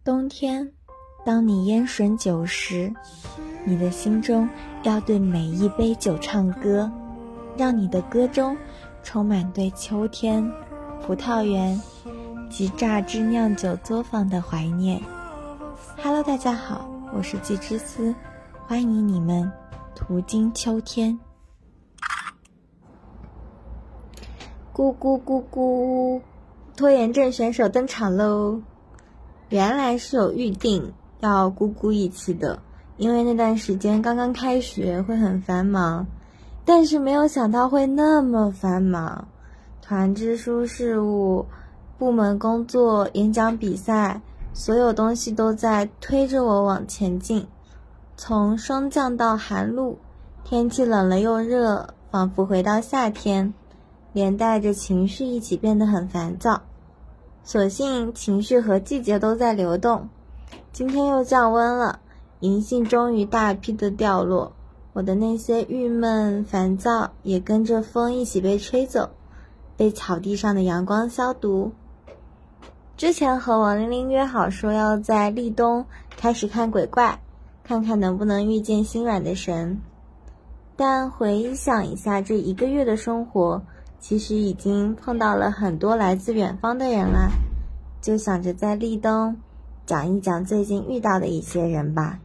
冬天，当你烟吮酒时，你的心中要对每一杯酒唱歌，让你的歌中充满对秋天、葡萄园及榨汁酿酒作坊的怀念。Hello， 大家好，我是季之思，欢迎你们途经秋天。咕咕咕咕，拖延症选手登场喽！原来是有预定要咕咕一期的，因为那段时间刚刚开学，会很繁忙，但是没有想到会那么繁忙。团支书事务、部门工作、演讲比赛，所有东西都在推着我往前进。从霜降到寒露，天气冷了又热，仿佛回到夏天，连带着情绪一起变得很烦躁。所幸情绪和季节都在流动，今天又降温了，银杏终于大批的掉落，我的那些郁闷烦躁也跟着风一起被吹走，被草地上的阳光消毒。之前和王玲玲约好说要在立冬开始看鬼怪，看看能不能遇见心软的神，但回想一下这一个月的生活，其实已经碰到了很多来自远方的人啦，就想着在立冬讲一讲最近遇到的一些人吧。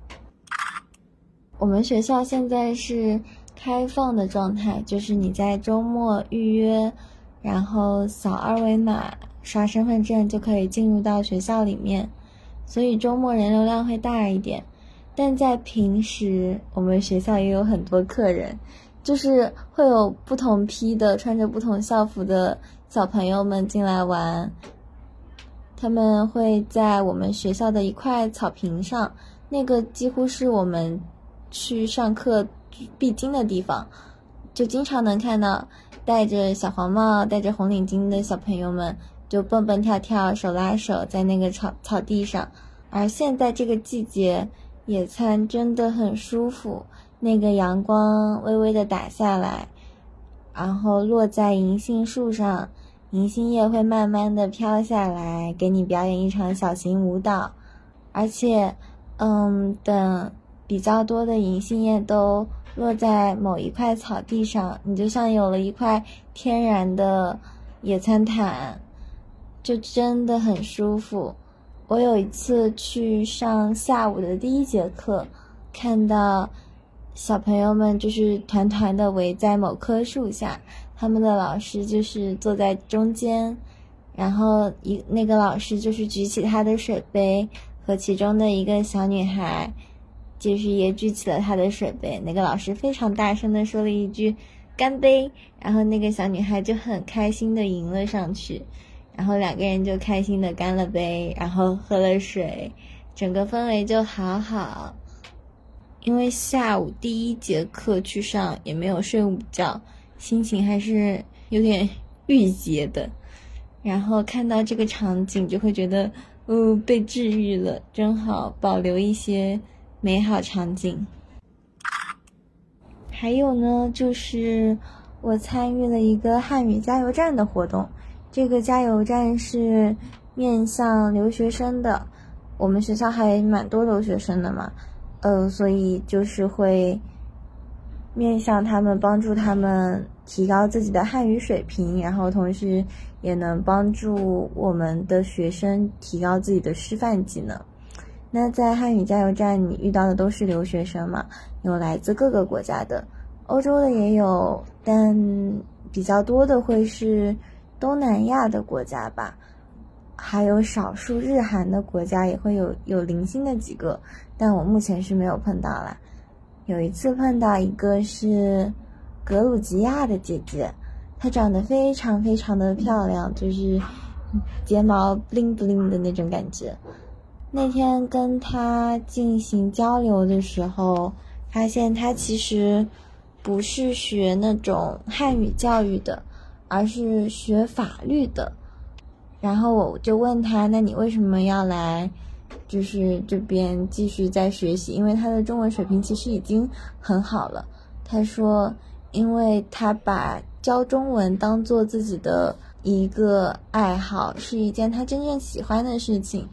我们学校现在是开放的状态，就是你在周末预约，然后扫二维码刷身份证就可以进入到学校里面，所以周末人流量会大一点。但在平时我们学校也有很多客人，就是会有不同批的穿着不同校服的小朋友们进来玩，他们会在我们学校的一块草坪上，那个几乎是我们去上课必经的地方，就经常能看到戴着小黄帽戴着红领巾的小朋友们就蹦蹦跳跳手拉手在那个草地上。而现在这个季节野餐真的很舒服，那个阳光微微的打下来，然后落在银杏树上，银杏叶会慢慢的飘下来，给你表演一场小型舞蹈。而且等比较多的银杏叶都落在某一块草地上，你就像有了一块天然的野餐毯，就真的很舒服。我有一次去上下午的第一节课，看到小朋友们就是团团的围在某棵树下，他们的老师就是坐在中间，然后那个老师就是举起他的水杯，和其中的一个小女孩就是也举起了她的水杯，那个老师非常大声的说了一句干杯，然后那个小女孩就很开心的迎了上去，然后两个人就开心的干了杯，然后喝了水，整个氛围就好好。因为下午第一节课去上也没有睡午觉，心情还是有点郁结的，然后看到这个场景就会觉得被治愈了，真好，保留一些美好场景。还有呢，就是我参与了一个汉语加油站的活动，这个加油站是面向留学生的，我们学校还蛮多留学生的嘛，所以就是会面向他们，帮助他们提高自己的汉语水平，然后同时也能帮助我们的学生提高自己的师范技能。那在汉语加油站你遇到的都是留学生嘛，有来自各个国家的，欧洲的也有，但比较多的会是东南亚的国家吧，还有少数日韩的国家也会有零星的几个，但我目前是没有碰到啦。有一次碰到一个是格鲁吉亚的姐姐，她长得非常非常的漂亮，就是睫毛 bling bling 的那种感觉。那天跟她进行交流的时候，发现她其实不是学那种汉语教育的，而是学法律的。然后我就问她，那你为什么要来就是这边继续在学习？因为她的中文水平其实已经很好了。她说因为她把教中文当做自己的一个爱好，是一件她真正喜欢的事情，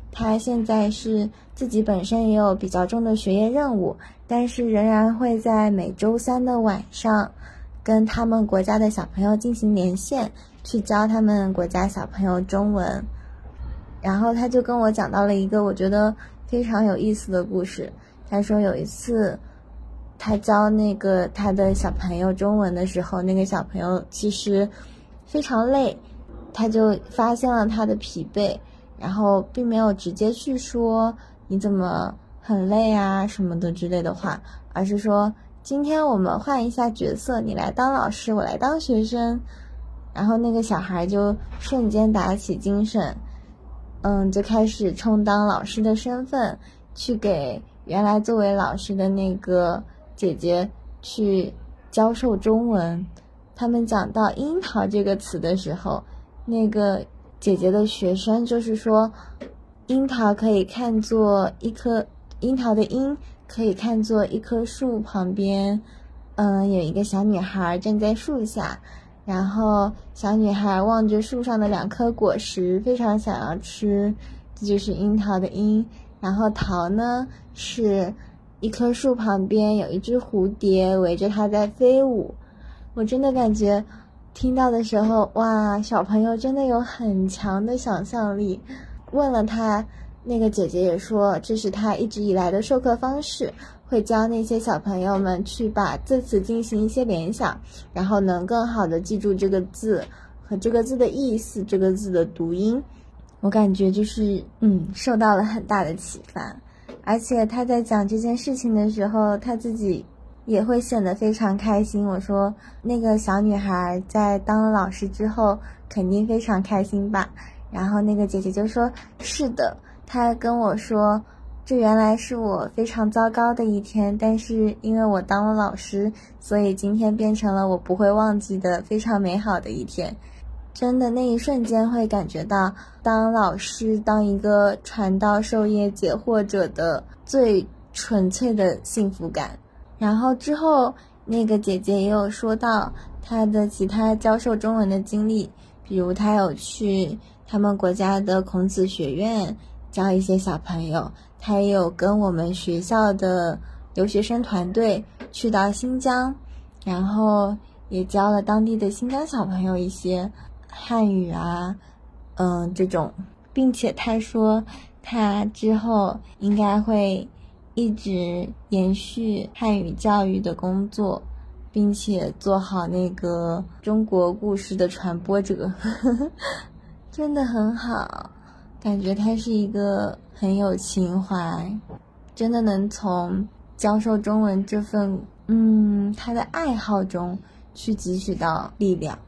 他现在是自己本身也有比较重的学业任务，但是仍然会在每周三的晚上跟他们国家的小朋友进行连线，去教他们国家小朋友中文。然后他就跟我讲到了一个我觉得非常有意思的故事。他说有一次他教他的小朋友中文的时候，那个小朋友其实非常累，他就发现了他的疲惫，然后并没有直接去说你怎么很累啊什么的之类的话，而是说今天我们换一下角色，你来当老师，我来当学生。然后那个小孩就瞬间打起精神，就开始充当老师的身份，去给原来作为老师的那个姐姐去教授中文。他们讲到樱桃这个词的时候，那个姐姐的学生就是说，樱桃可以看作樱桃的樱可以看作一棵树旁边，有一个小女孩站在树下，然后小女孩望着树上的2颗果实，非常想要吃，这就是樱桃的樱。然后桃呢，是一棵树旁边有一只蝴蝶围着它在飞舞。我真的感觉听到的时候，哇，小朋友真的有很强的想象力。问了他，那个姐姐也说这是他一直以来的授课方式，会教那些小朋友们去把字词进行一些联想，然后能更好的记住这个字和这个字的意思，这个字的读音。我感觉就是受到了很大的启发。而且他在讲这件事情的时候，他自己也会显得非常开心。我说那个小女孩在当了老师之后肯定非常开心吧。然后那个姐姐就说是的，她跟我说这原来是我非常糟糕的一天，但是因为我当了老师，所以今天变成了我不会忘记的非常美好的一天。真的那一瞬间会感觉到当老师，当一个传道授业解惑者的最纯粹的幸福感。然后之后那个姐姐也有说到她的其他教授中文的经历，比如她有去他们国家的孔子学院教一些小朋友，她也有跟我们学校的留学生团队去到新疆，然后也教了当地的新疆小朋友一些汉语啊这种，并且她说她之后应该会一直延续汉语教育的工作，并且做好那个中国故事的传播者。真的很好，感觉他是一个很有情怀，真的能从教授中文这份他的爱好中去汲取到力量。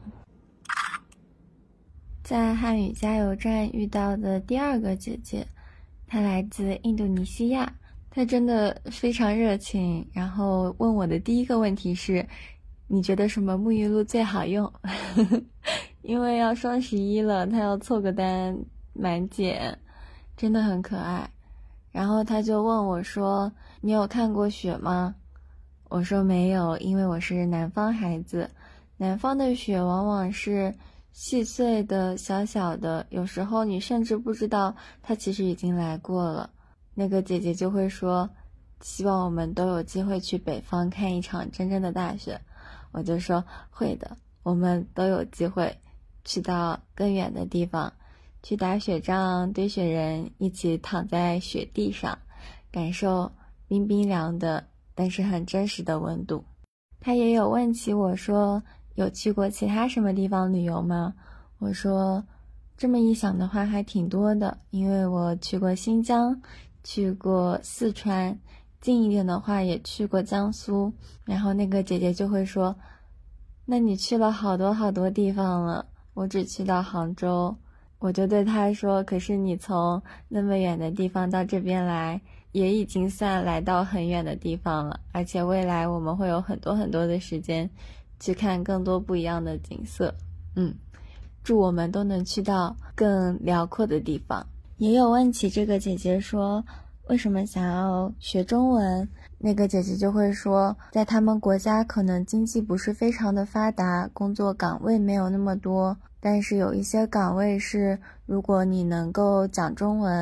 在汉语加油站遇到的第2个姐姐，她来自印度尼西亚，她真的非常热情，然后问我的第一个问题是，你觉得什么沐浴露最好用？因为要双11了，她要凑个单满减，真的很可爱。然后她就问我说，你有看过雪吗？我说没有，因为我是南方孩子，南方的雪往往是细碎的小小的，有时候你甚至不知道它其实已经来过了。那个姐姐就会说，希望我们都有机会去北方看一场真正的大雪。我就说会的，我们都有机会去到更远的地方，去打雪仗，堆雪人，一起躺在雪地上，感受冰冰凉的但是很真实的温度。他也有问起我说，有去过其他什么地方旅游吗？我说这么一想的话还挺多的，因为我去过新疆，去过四川，近一点的话也去过江苏。然后那个姐姐就会说，那你去了好多好多地方了，我只去到杭州。我就对她说，可是你从那么远的地方到这边来，也已经算来到很远的地方了，而且未来我们会有很多很多的时间去看更多不一样的景色。祝我们都能去到更辽阔的地方。也有问起这个姐姐说为什么想要学中文，那个姐姐就会说，在他们国家可能经济不是非常的发达，工作岗位没有那么多，但是有一些岗位是如果你能够讲中文，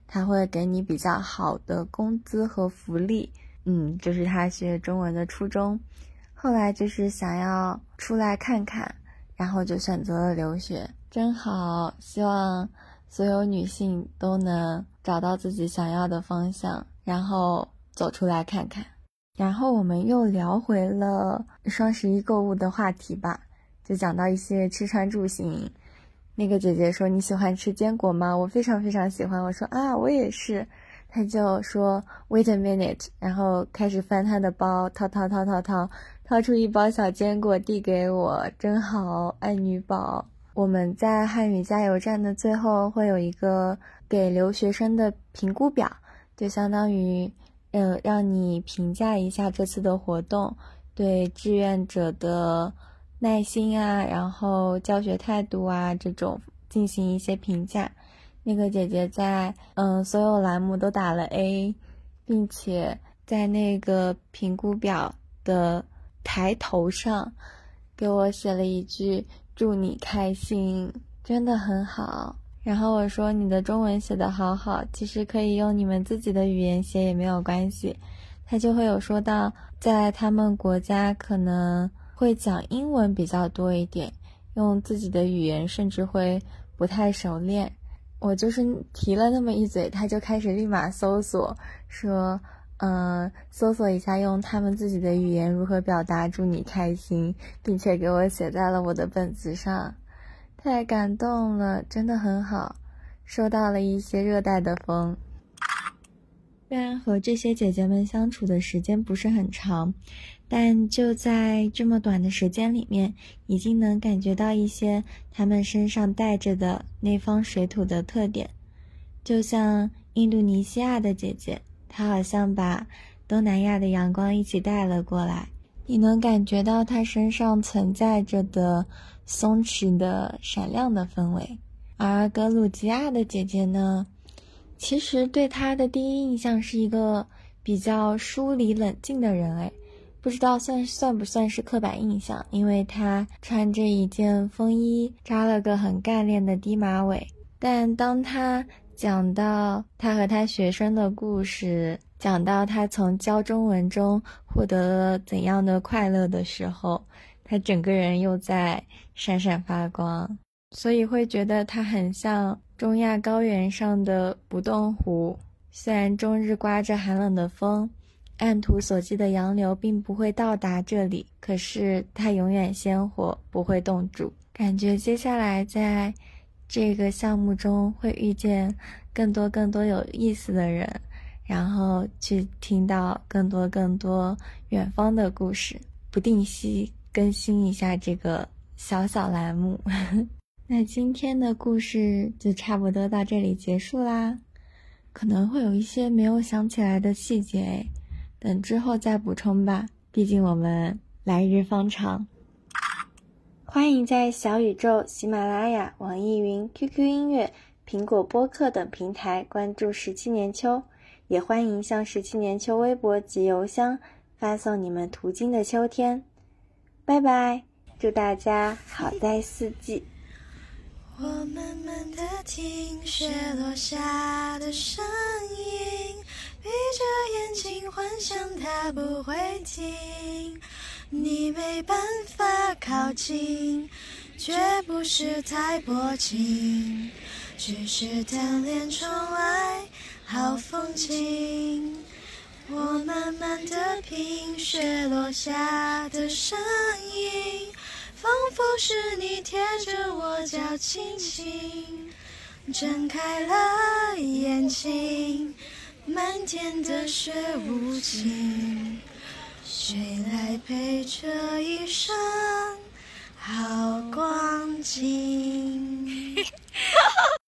他会给你比较好的工资和福利。这是他学中文的初衷。后来就是想要出来看看，然后就选择了留学。真好，希望所有女性都能找到自己想要的方向，然后走出来看看。然后我们又聊回了双11购物的话题吧，就讲到一些吃穿住行。那个姐姐说你喜欢吃坚果吗？我非常非常喜欢。我说我也是。她就说 wait a minute， 然后开始翻她的包，掏出一包小坚果递给我，真好，爱女宝。我们在汉语加油站的最后会有一个给留学生的评估表，就相当于让你评价一下这次的活动对志愿者的耐心啊，然后教学态度啊这种进行一些评价。那个姐姐在所有栏目都打了 A， 并且在那个评估表的抬头上给我写了一句祝你开心，真的很好。然后我说你的中文写得好好，其实可以用你们自己的语言写也没有关系。他就会有说到在他们国家可能会讲英文比较多一点，用自己的语言甚至会不太熟练。我就是提了那么一嘴，他就开始立马搜索，说搜索一下用他们自己的语言如何表达祝你开心，并且给我写在了我的本子上。太感动了，真的很好，收到了一些热带的风。虽然和这些姐姐们相处的时间不是很长，但就在这么短的时间里面，已经能感觉到一些她们身上带着的那方水土的特点。就像印度尼西亚的姐姐，她好像把东南亚的阳光一起带了过来，你能感觉到她身上存在着的松弛的闪亮的氛围。而格鲁吉亚的姐姐呢，其实对她的第一印象是一个比较疏离冷静的人，不知道算不算是刻板印象，因为她穿着一件风衣，扎了个很干练的低马尾。但当她讲到她和她学生的故事，讲到她从教中文中获得了怎样的快乐的时候，她整个人又在闪闪发光，所以会觉得她很像中亚高原上的不动湖。虽然终日刮着寒冷的风，按图索骥的洋流并不会到达这里，可是它永远鲜活，不会冻住。感觉接下来在这个项目中会遇见更多有意思的人，然后去听到更多远方的故事，不定期更新一下这个小栏目。那今天的故事就差不多到这里结束啦，可能会有一些没有想起来的细节，等之后再补充吧，毕竟我们来日方长。欢迎在小宇宙、喜马拉雅、网易云、QQ 音乐、苹果播客等平台关注17年秋，也欢迎向17年秋微博及邮箱发送你们途经的秋天。拜拜，祝大家好在四季。 我慢慢地听雪落下的声音，闭着眼睛幻想它不会停，你没办法靠近，却不是太薄情，只是贪恋窗外好风景。我慢慢地品雪落下的声音，仿佛是你贴着我脚轻轻睁开了眼睛，漫天的雪无情，谁来陪这一生好光景？